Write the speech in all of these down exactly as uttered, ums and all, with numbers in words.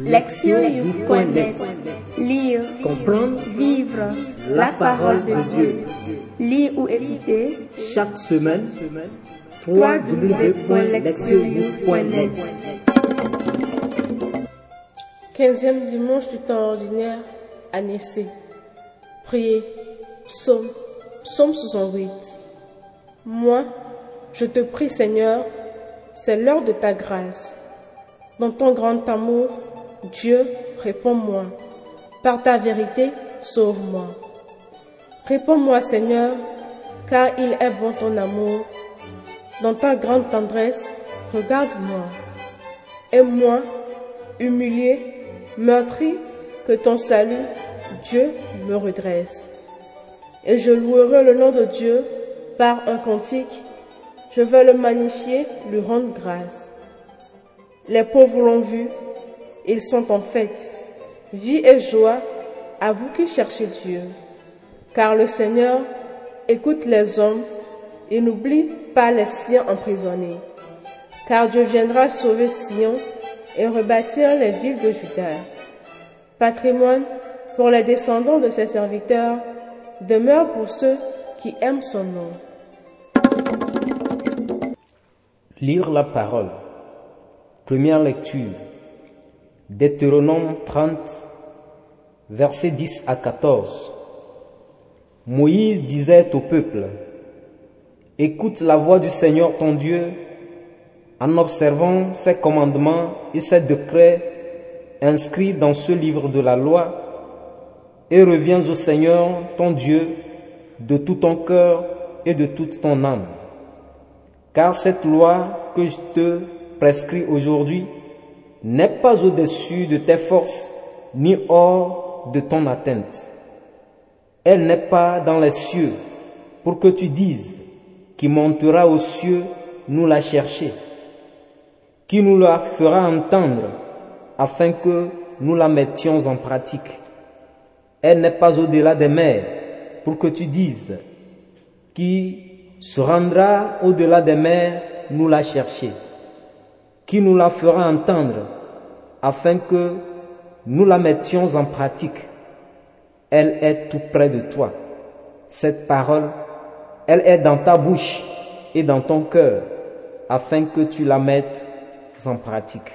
lectionyouth point net. Lire, comprendre, vivre la parole de Dieu. Lire ou écouter chaque semaine. w w w point lectionyouth point net. Quinzième dimanche du temps ordinaire, année C. Priez. Psaume. Psaume soixante-huit. Moi, je te prie, Seigneur, c'est l'heure de ta grâce. Dans ton grand amour, Dieu, réponds-moi. Par ta vérité, sauve-moi. Réponds-moi, Seigneur, car il est bon ton amour. Dans ta grande tendresse, regarde-moi. Aime-moi, humilié, meurtri, que ton salut, Dieu, me redresse. Et je louerai le nom de Dieu par un cantique. Je veux le magnifier, lui rendre grâce. Les pauvres l'ont vu, ils sont en fête. Vie et joie à vous qui cherchez Dieu. Car le Seigneur écoute les hommes et n'oublie pas les siens emprisonnés. Car Dieu viendra sauver Sion et rebâtir les villes de Juda. Patrimoine pour les descendants de ses serviteurs, demeure pour ceux qui aiment son nom. Lire la parole. Première lecture. Deutéronome trente, versets dix à quatorze. Moïse disait au peuple: écoute la voix du Seigneur ton Dieu en observant ses commandements et ses décrets inscrits dans ce livre de la loi, et reviens au Seigneur ton Dieu de tout ton cœur et de toute ton âme. Car cette loi que je te prescris aujourd'hui n'est pas au-dessus de tes forces, ni hors de ton atteinte. Elle n'est pas dans les cieux, pour que tu dises: qui montera aux cieux nous la chercher, qui nous la fera entendre, afin que nous la mettions en pratique. Elle n'est pas au-delà des mers, pour que tu dises: qui se rendra au-delà des mers nous la chercher, qui nous la fera entendre, afin que nous la mettions en pratique. Elle est tout près de toi. Cette parole, elle est dans ta bouche et dans ton cœur, afin que tu la mettes en pratique.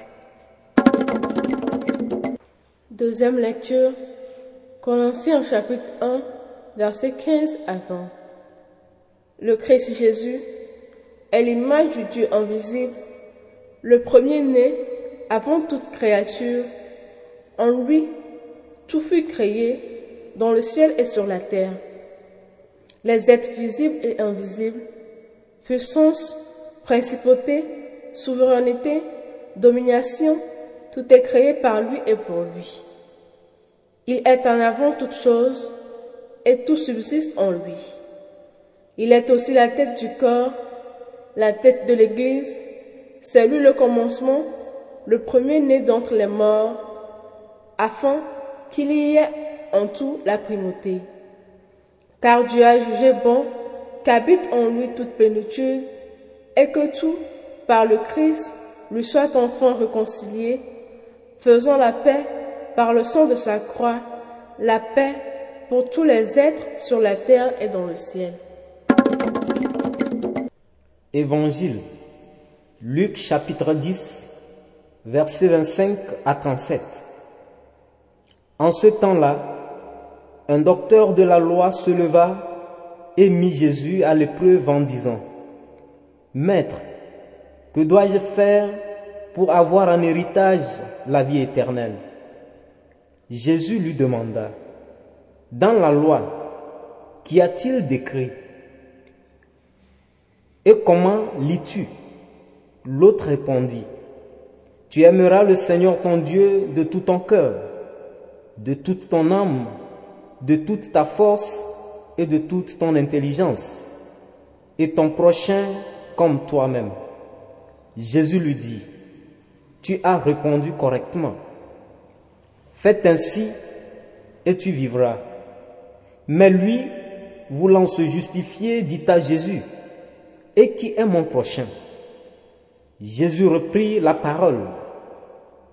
Deuxième lecture, Colossiens chapitre un, versets quinze à vingt. Le Christ Jésus est l'image du Dieu invisible, le premier-né avant toute créature. En lui, tout fut créé, dans le ciel et sur la terre. Les êtres visibles et invisibles, puissance, principauté, souveraineté, domination, tout est créé par lui et pour lui. Il est en avant toute chose, et tout subsiste en lui. Il est aussi la tête du corps, la tête de l'Église. C'est lui le commencement, le premier-né d'entre les morts, afin qu'il y ait en tout la primauté. Car Dieu a jugé bon qu'habite en lui toute plénitude, et que tout, par le Christ, lui soit enfin réconcilié, faisant la paix par le sang de sa croix, la paix pour tous les êtres sur la terre et dans le ciel. Évangile. Luc chapitre dix, versets vingt-cinq à trente-sept. En ce temps-là, un docteur de la loi se leva et mit Jésus à l'épreuve en disant: Maître, que dois-je faire pour avoir en héritage la vie éternelle? Jésus lui demanda: Dans la loi, qu'y a-t-il d'écrit? Et comment lis-tu? L'autre répondit: Tu aimeras le Seigneur ton Dieu de tout ton cœur, de toute ton âme, de toute ta force et de toute ton intelligence, et ton prochain comme toi-même. Jésus lui dit: Tu as répondu correctement. Fais ainsi et tu vivras. Mais lui, voulant se justifier, dit à Jésus: Et qui est mon prochain? Jésus reprit la parole: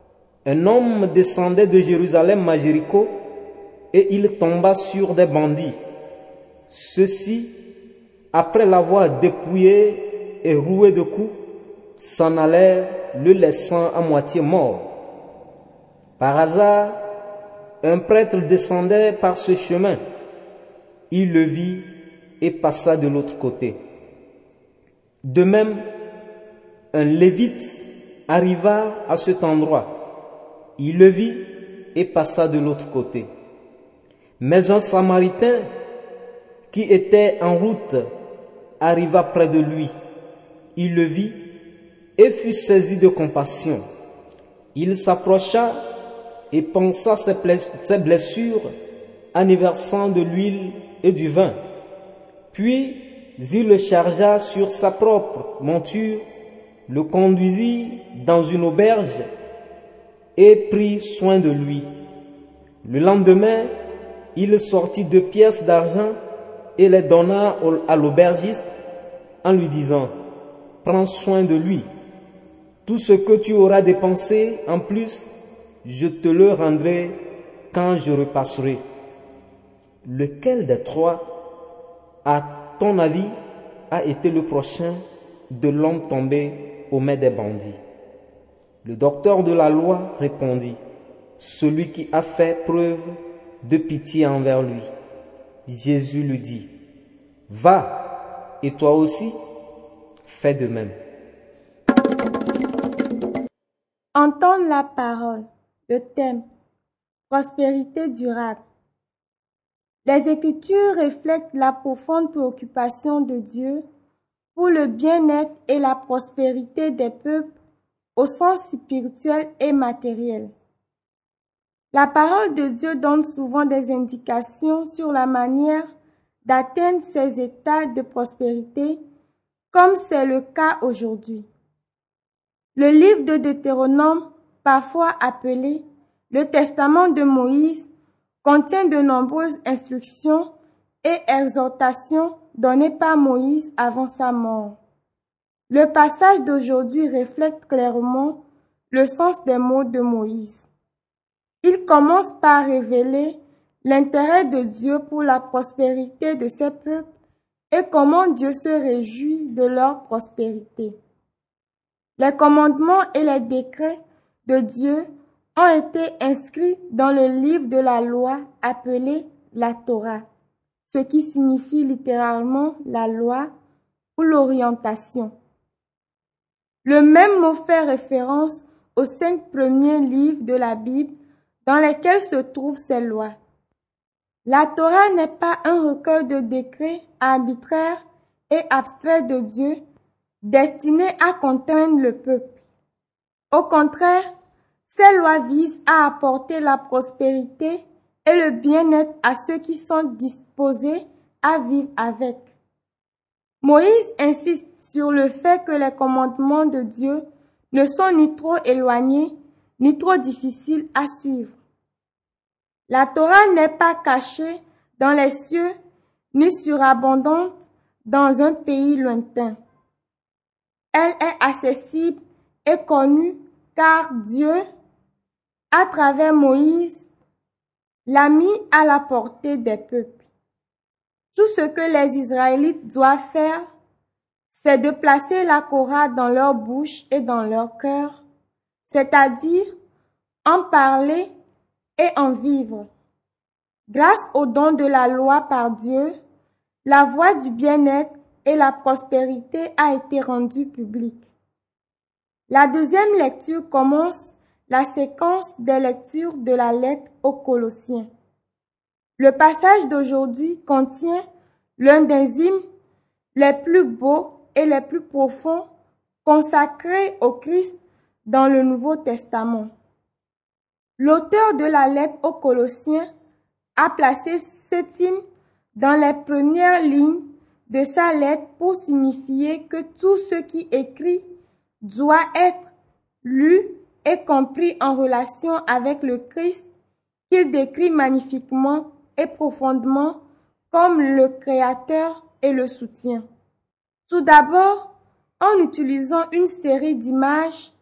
un homme descendait de Jérusalem à Jéricho et il tomba sur des bandits. Ceux-ci, après l'avoir dépouillé et roué de coups, s'en allèrent, le laissant à moitié mort. Par hasard, un prêtre descendait par ce chemin. Il le vit et passa de l'autre côté. De même, un lévite arriva à cet endroit. Il le vit et passa de l'autre côté. Mais un samaritain qui était en route arriva près de lui. Il le vit et fut saisi de compassion. Il s'approcha et pansa ses blessures en y versant de l'huile et du vin. Puis il le chargea sur sa propre monture, le conduisit dans une auberge et prit soin de lui. Le lendemain, il sortit deux pièces d'argent et les donna à l'aubergiste en lui disant: « Prends soin de lui. Tout ce que tu auras dépensé en plus, je te le rendrai quand je repasserai. » Lequel des trois, à ton avis, a été le prochain de l'homme tombé aux mains des bandits? Le docteur de la loi répondit: « Celui qui a fait preuve de pitié envers lui. » Jésus lui dit: « Va, et toi aussi, fais de même. » Entendre la parole. Le thème: prospérité durable. Les Écritures reflètent la profonde préoccupation de Dieu pour le bien-être et la prospérité des peuples au sens spirituel et matériel. La parole de Dieu donne souvent des indications sur la manière d'atteindre ces états de prospérité, comme c'est le cas aujourd'hui. Le livre de Deutéronome, parfois appelé le Testament de Moïse, contient de nombreuses instructions et exhortations données par Moïse avant sa mort. Le passage d'aujourd'hui reflète clairement le sens des mots de Moïse. Il commence par révéler l'intérêt de Dieu pour la prospérité de ses peuples et comment Dieu se réjouit de leur prospérité. Les commandements et les décrets de Dieu ont été inscrits dans le livre de la loi appelé la Torah, ce qui signifie littéralement la loi ou l'orientation. Le même mot fait référence aux cinq premiers livres de la Bible dans lesquels se trouvent ces lois. La Torah n'est pas un recueil de décrets arbitraires et abstraits de Dieu destinés à contraindre le peuple. Au contraire, ces lois visent à apporter la prospérité et le bien-être à ceux qui sont disposés à vivre avec. Moïse insiste sur le fait que les commandements de Dieu ne sont ni trop éloignés, ni trop difficiles à suivre. La Torah n'est pas cachée dans les cieux, ni surabondante dans un pays lointain. Elle est accessible et connue car Dieu, à travers Moïse, l'a mis à la portée des peuples. Tout ce que les Israélites doivent faire, c'est de placer la Torah dans leur bouche et dans leur cœur, c'est-à-dire en parler et en vivre. Grâce au don de la loi par Dieu, la voie du bien-être et la prospérité a été rendue publique. La deuxième lecture commence la séquence des lectures de la lettre aux Colossiens. Le passage d'aujourd'hui contient l'un des hymnes les plus beaux et les plus profonds consacrés au Christ dans le Nouveau Testament. L'auteur de la lettre aux Colossiens a placé cet hymne dans les premières lignes de sa lettre pour signifier que tout ce qui écrit doit être lu et compris en relation avec le Christ qu'il décrit magnifiquement et profondément comme le Créateur et le soutien. Tout d'abord, en utilisant une série d'images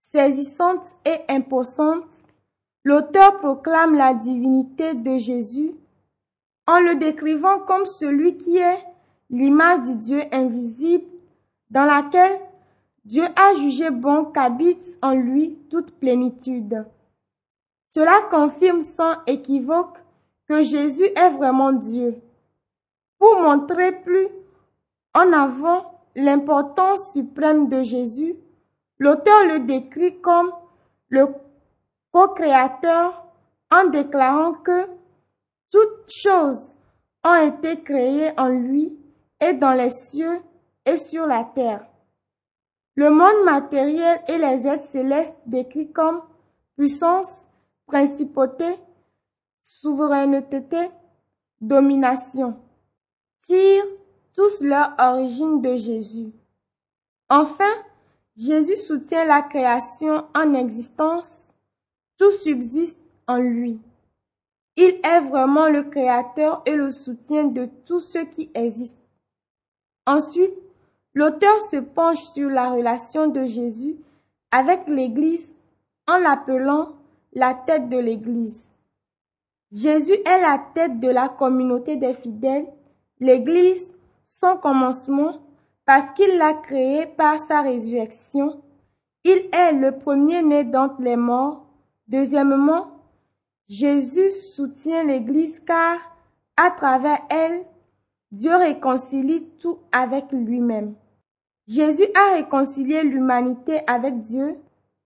saisissante et imposante, l'auteur proclame la divinité de Jésus en le décrivant comme celui qui est l'image du Dieu invisible dans laquelle Dieu a jugé bon qu'habite en lui toute plénitude. Cela confirme sans équivoque que Jésus est vraiment Dieu. Pour montrer plus en avant l'importance suprême de Jésus, l'auteur le décrit comme le co-créateur en déclarant que toutes choses ont été créées en lui et dans les cieux et sur la terre. Le monde matériel et les êtres célestes décrits comme puissance, principauté, souveraineté, domination, tirent tous leur origine de Jésus. Enfin, Jésus soutient la création en existence, tout subsiste en lui. Il est vraiment le créateur et le soutien de tout ce qui existe. Ensuite, l'auteur se penche sur la relation de Jésus avec l'Église en l'appelant la tête de l'Église. Jésus est la tête de la communauté des fidèles, l'Église, son commencement, parce qu'il l'a créée par sa résurrection. Il est le premier-né d'entre les morts. Deuxièmement, Jésus soutient l'Église car, à travers elle, Dieu réconcilie tout avec lui-même. Jésus a réconcilié l'humanité avec Dieu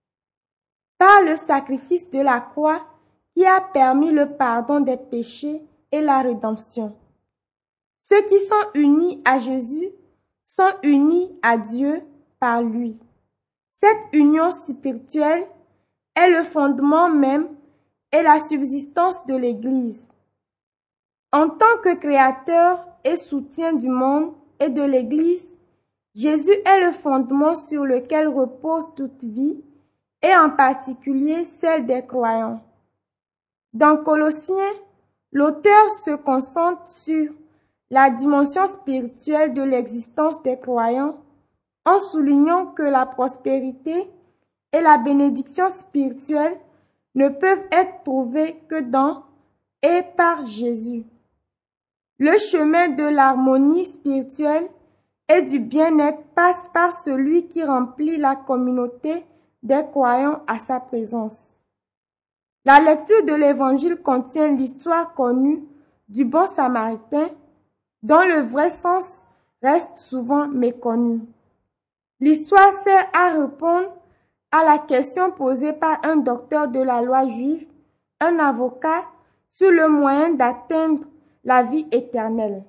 par le sacrifice de la croix qui a permis le pardon des péchés et la rédemption. Ceux qui sont unis à Jésus sont unis à Dieu par lui. Cette union spirituelle est le fondement même et la subsistance de l'Église. En tant que créateur et soutien du monde et de l'Église, Jésus est le fondement sur lequel repose toute vie, et en particulier celle des croyants. Dans Colossiens, l'auteur se concentre sur la dimension spirituelle de l'existence des croyants en soulignant que la prospérité et la bénédiction spirituelle ne peuvent être trouvées que dans et par Jésus. Le chemin de l'harmonie spirituelle et du bien-être passe par celui qui remplit la communauté des croyants à sa présence. La lecture de l'Évangile contient l'histoire connue du bon Samaritain, dont le vrai sens reste souvent méconnu. L'histoire sert à répondre à la question posée par un docteur de la loi juive, un avocat, sur le moyen d'atteindre la vie éternelle.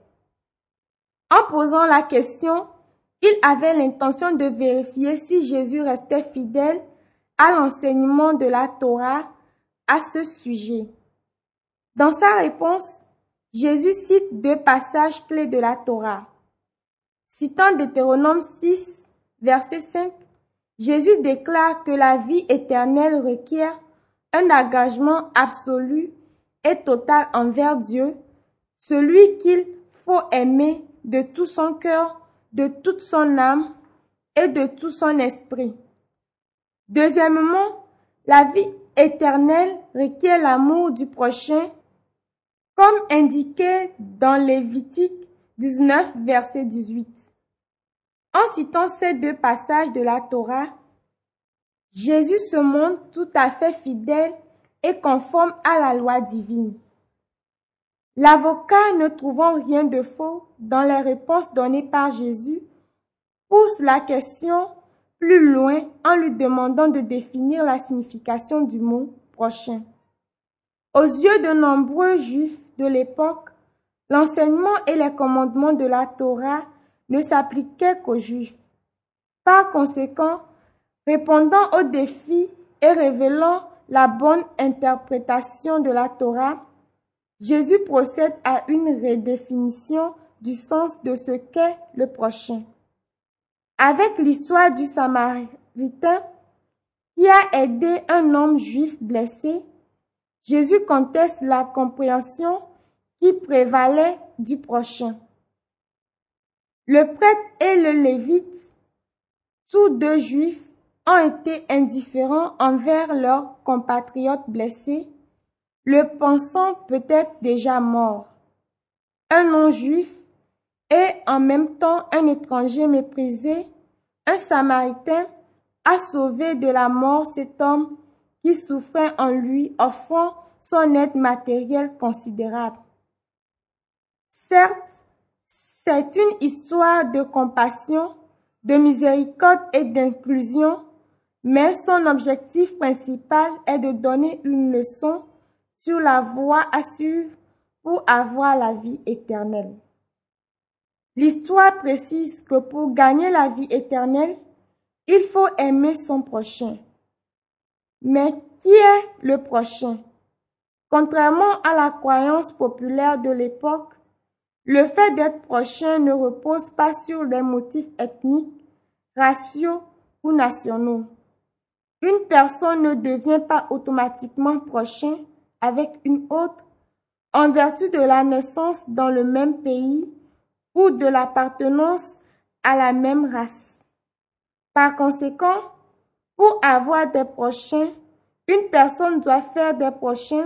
En posant la question, il avait l'intention de vérifier si Jésus restait fidèle à l'enseignement de la Torah à ce sujet. Dans sa réponse, Jésus cite deux passages clés de la Torah. Citant Deutéronome six, verset cinq, Jésus déclare que la vie éternelle requiert un engagement absolu et total envers Dieu, celui qu'il faut aimer de tout son cœur, de toute son âme et de tout son esprit. Deuxièmement, la vie éternelle requiert l'amour du prochain, comme indiqué dans Lévitique dix-neuf, verset dix-huit. En citant ces deux passages de la Torah, Jésus se montre tout à fait fidèle et conforme à la loi divine. L'avocat, ne trouvant rien de faux dans les réponses données par Jésus, pousse la question plus loin en lui demandant de définir la signification du mot « prochain ». Aux yeux de nombreux juifs de l'époque, l'enseignement et les commandements de la Torah ne s'appliquaient qu'aux juifs. Par conséquent, répondant aux défis et révélant la bonne interprétation de la Torah, Jésus procède à une redéfinition du sens de ce qu'est le prochain. Avec l'histoire du Samaritain qui a aidé un homme juif blessé, Jésus conteste la compréhension qui prévalait du prochain. Le prêtre et le lévite, tous deux juifs, ont été indifférents envers leurs compatriotes blessés, le pensant peut-être déjà mort. Un non-juif et en même temps un étranger méprisé, un Samaritain a sauvé de la mort cet homme qui souffrait en lui, offrant son aide matérielle considérable. Certes, c'est une histoire de compassion, de miséricorde et d'inclusion, mais son objectif principal est de donner une leçon sur la voie à suivre pour avoir la vie éternelle. L'histoire précise que pour gagner la vie éternelle, il faut aimer son prochain. Mais qui est le prochain? Contrairement à la croyance populaire de l'époque, le fait d'être prochain ne repose pas sur des motifs ethniques, raciaux ou nationaux. Une personne ne devient pas automatiquement prochain avec une autre en vertu de la naissance dans le même pays ou de l'appartenance à la même race. Par conséquent, pour avoir des prochains, une personne doit faire des prochains.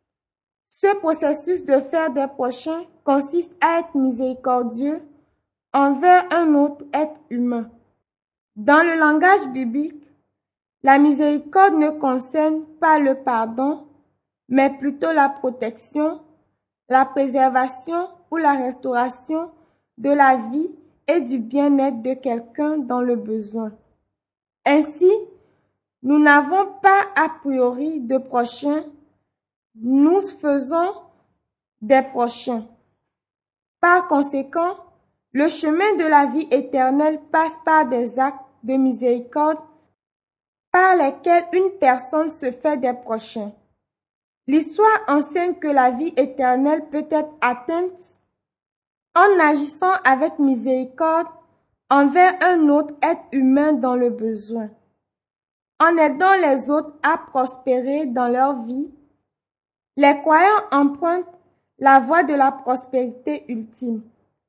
Ce processus de faire des prochains consiste à être miséricordieux envers un autre être humain. Dans le langage biblique, la miséricorde ne concerne pas le pardon, mais plutôt la protection, la préservation ou la restauration de la vie et du bien-être de quelqu'un dans le besoin. Ainsi, nous n'avons pas a priori de prochains, nous faisons des prochains. Par conséquent, le chemin de la vie éternelle passe par des actes de miséricorde par lesquels une personne se fait des prochains. L'histoire enseigne que la vie éternelle peut être atteinte en agissant avec miséricorde envers un autre être humain dans le besoin, en aidant les autres à prospérer dans leur vie. Les croyants empruntent la voie de la prospérité ultime.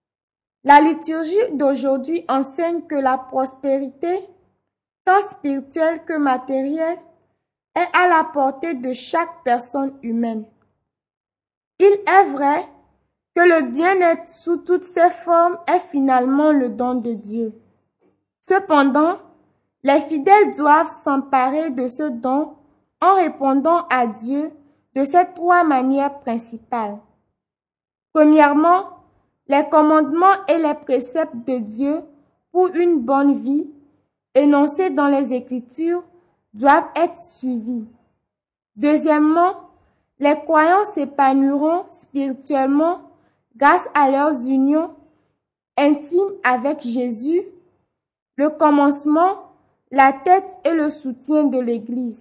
La liturgie d'aujourd'hui enseigne que la prospérité, tant spirituelle que matérielle, est à la portée de chaque personne humaine. Il est vrai que le bien-être sous toutes ses formes est finalement le don de Dieu. Cependant, les fidèles doivent s'emparer de ce don en répondant à Dieu de ces trois manières principales. Premièrement, les commandements et les préceptes de Dieu pour une bonne vie, énoncés dans les Écritures, doivent être suivis. Deuxièmement, les croyants s'épanouiront spirituellement grâce à leurs unions intimes avec Jésus, le commencement, la tête et le soutien de l'Église.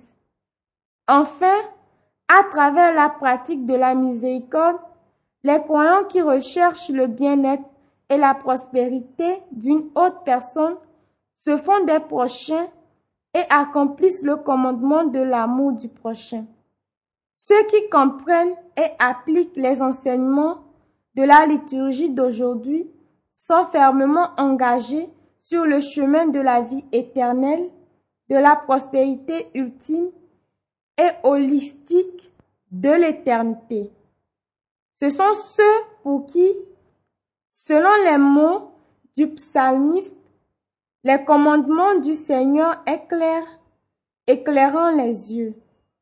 Enfin, à travers la pratique de la miséricorde, les croyants qui recherchent le bien-être et la prospérité d'une autre personne se font des prochains et accomplissent le commandement de l'amour du prochain. Ceux qui comprennent et appliquent les enseignements de la liturgie d'aujourd'hui sont fermement engagés sur le chemin de la vie éternelle, de la prospérité ultime et holistique de l'éternité. Ce sont ceux pour qui, selon les mots du psalmiste, les commandements du Seigneur éclairent, éclairant les yeux.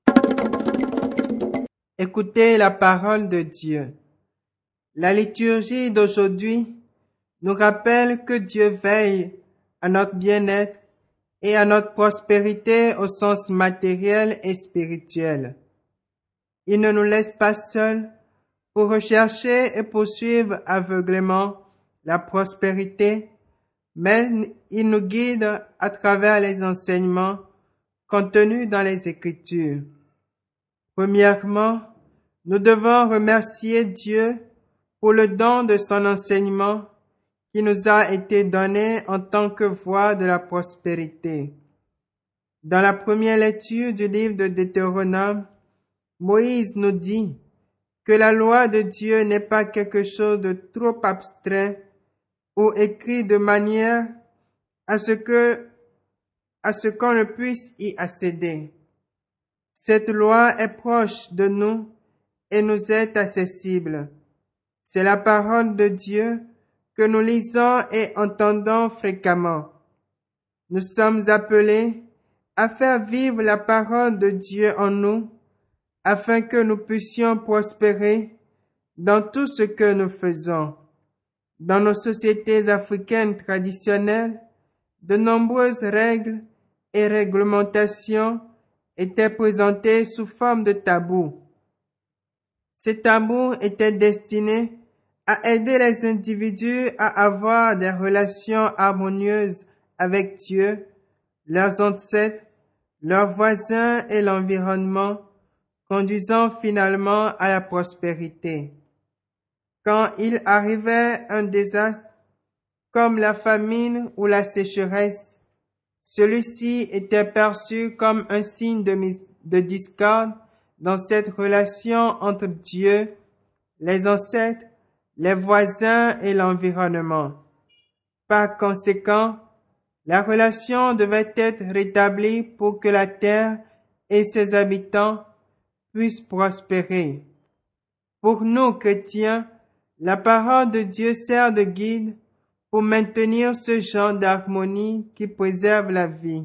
Écoutez la parole de Dieu. La liturgie d'aujourd'hui nous rappelle que Dieu veille à notre bien-être et à notre prospérité au sens matériel et spirituel. Il ne nous laisse pas seuls pour rechercher et poursuivre aveuglément la prospérité, mais il nous guide à travers les enseignements contenus dans les Écritures. Premièrement, nous devons remercier Dieu pour le don de son enseignement qui nous a été donné en tant que voie de la prospérité. Dans la première lecture du livre de Deutéronome, Moïse nous dit que la loi de Dieu n'est pas quelque chose de trop abstrait ou écrit de manière à ce que à ce qu'on ne puisse y accéder. Cette loi est proche de nous et nous est accessible. C'est la parole de Dieu que nous lisons et entendons fréquemment. Nous sommes appelés à faire vivre la parole de Dieu en nous, afin que nous puissions prospérer dans tout ce que nous faisons. Dans nos sociétés africaines traditionnelles, de nombreuses règles et réglementations étaient présentées sous forme de tabous. Ces tabous étaient destinés à aider les individus à avoir des relations harmonieuses avec Dieu, leurs ancêtres, leurs voisins et l'environnement, conduisant finalement à la prospérité. Quand il arrivait un désastre, comme la famine ou la sécheresse, celui-ci était perçu comme un signe de, de discorde dans cette relation entre Dieu, les ancêtres, les voisins et l'environnement. Par conséquent, la relation devait être rétablie pour que la terre et ses habitants puissent prospérer. Pour nous, chrétiens, la parole de Dieu sert de guide pour maintenir ce genre d'harmonie qui préserve la vie.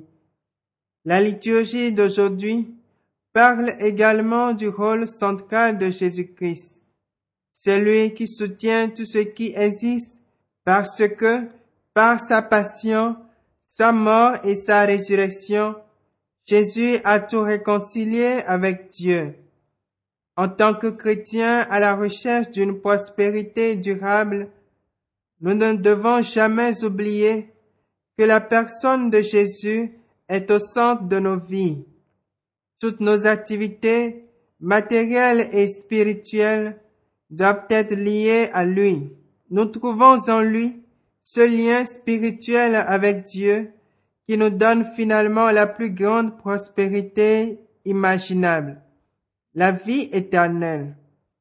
La liturgie d'aujourd'hui parle également du rôle central de Jésus-Christ. C'est lui qui soutient tout ce qui existe parce que, par sa passion, sa mort et sa résurrection, Jésus a tout réconcilié avec Dieu. En tant que chrétiens à la recherche d'une prospérité durable, nous ne devons jamais oublier que la personne de Jésus est au centre de nos vies. Toutes nos activités matérielles et spirituelles doivent être liées à lui. Nous trouvons en lui ce lien spirituel avec Dieu qui nous donne finalement la plus grande prospérité imaginable, la vie éternelle.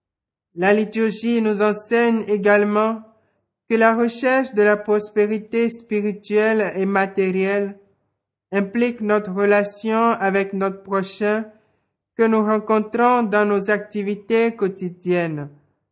La liturgie nous enseigne également que la recherche de la prospérité spirituelle et matérielle implique notre relation avec notre prochain que nous rencontrons dans nos activités quotidiennes.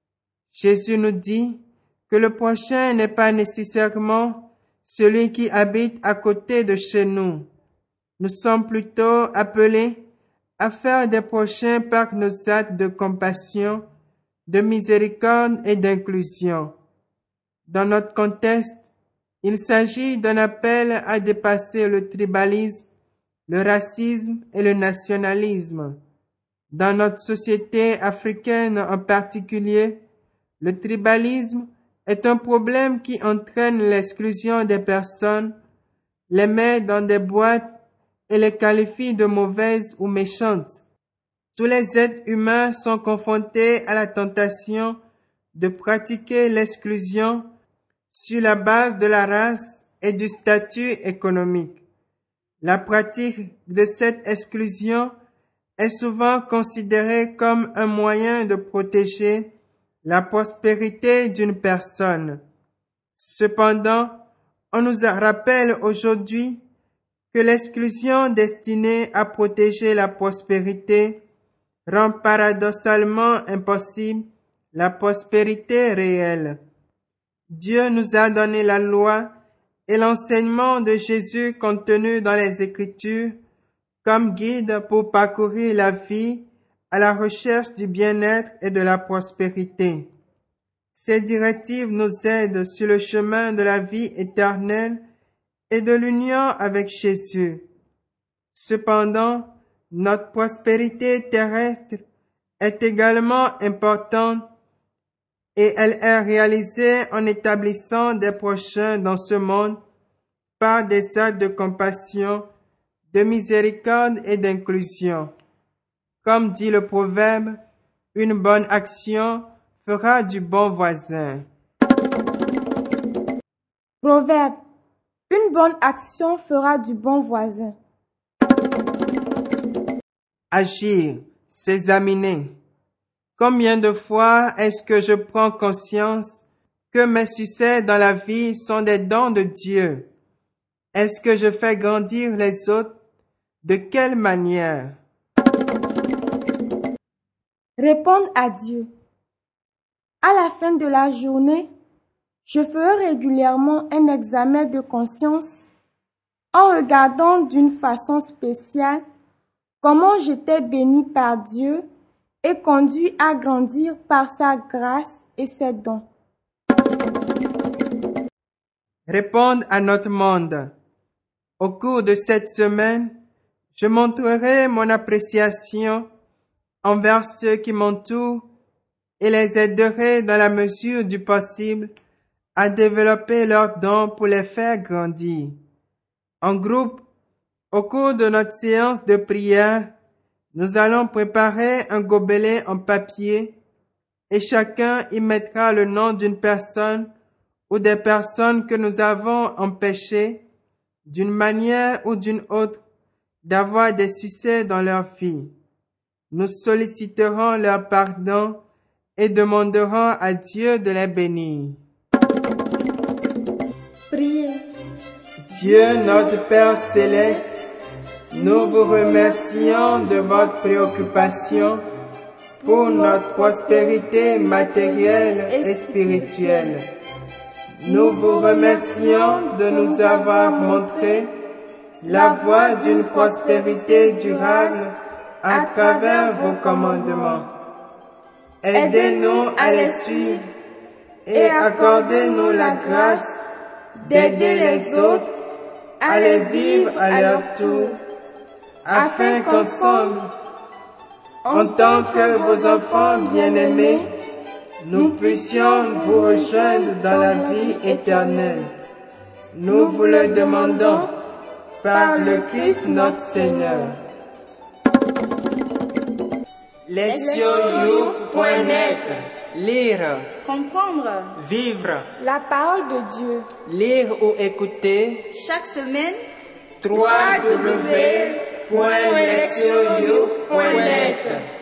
Jésus nous dit que le prochain n'est pas nécessairement celui qui habite à côté de chez nous. Nous sommes plutôt appelés à faire des prochains par nos actes de compassion, de miséricorde et d'inclusion. Dans notre contexte, il s'agit d'un appel à dépasser le tribalisme, le racisme et le nationalisme. Dans notre société africaine en particulier, le tribalisme est un problème qui entraîne l'exclusion des personnes, les met dans des boîtes et les qualifie de mauvaises ou méchantes. Tous les êtres humains sont confrontés à la tentation de pratiquer l'exclusion sur la base de la race et du statut économique. La pratique de cette exclusion est souvent considérée comme un moyen de protéger la prospérité d'une personne. Cependant, on nous rappelle aujourd'hui que l'exclusion destinée à protéger la prospérité rend paradoxalement impossible la prospérité réelle. Dieu nous a donné la loi et l'enseignement de Jésus contenu dans les Écritures comme guide pour parcourir la vie à la recherche du bien-être et de la prospérité. Ces directives nous aident sur le chemin de la vie éternelle et de l'union avec Jésus. Cependant, notre prospérité terrestre est également importante et elle est réalisée en établissant des prochains dans ce monde par des actes de compassion, de miséricorde et d'inclusion. Comme dit le proverbe, une bonne action fera du bon voisin. Proverbe. Une bonne action fera du bon voisin. Agir, s'examiner. Combien de fois est-ce que je prends conscience que mes succès dans la vie sont des dons de Dieu? Est-ce que je fais grandir les autres? De quelle manière? Répondre à Dieu. À la fin de la journée, je ferai régulièrement un examen de conscience en regardant d'une façon spéciale comment j'étais béni par Dieu et conduit à grandir par sa grâce et ses dons. Répondre à notre monde. Au cours de cette semaine, je montrerai mon appréciation envers ceux qui m'entourent et les aiderai dans la mesure du possible à développer leurs dons pour les faire grandir. En groupe, au cours de notre séance de prière, nous allons préparer un gobelet en papier et chacun y mettra le nom d'une personne ou des personnes que nous avons empêchées, d'une manière ou d'une autre, d'avoir des succès dans leur vie. Nous solliciterons leur pardon et demanderons à Dieu de les bénir. Priez. Dieu notre Père céleste, nous vous remercions de votre préoccupation pour notre prospérité matérielle et spirituelle. Nous vous remercions de nous avoir montré la voie d'une prospérité durable à travers vos commandements. Aidez-nous à les suivre et accordez-nous la grâce d'aider les autres à les vivre à leur tour, afin qu'ensemble, en tant que vos enfants bien-aimés, nous puissions vous rejoindre dans la vie éternelle. Nous vous le demandons par le Christ notre Seigneur. Lectionyouf point net. Lire, Comprendre vivre, la parole de Dieu. lire ou écouter. Chaque semaine, w w w point lectionyouf point net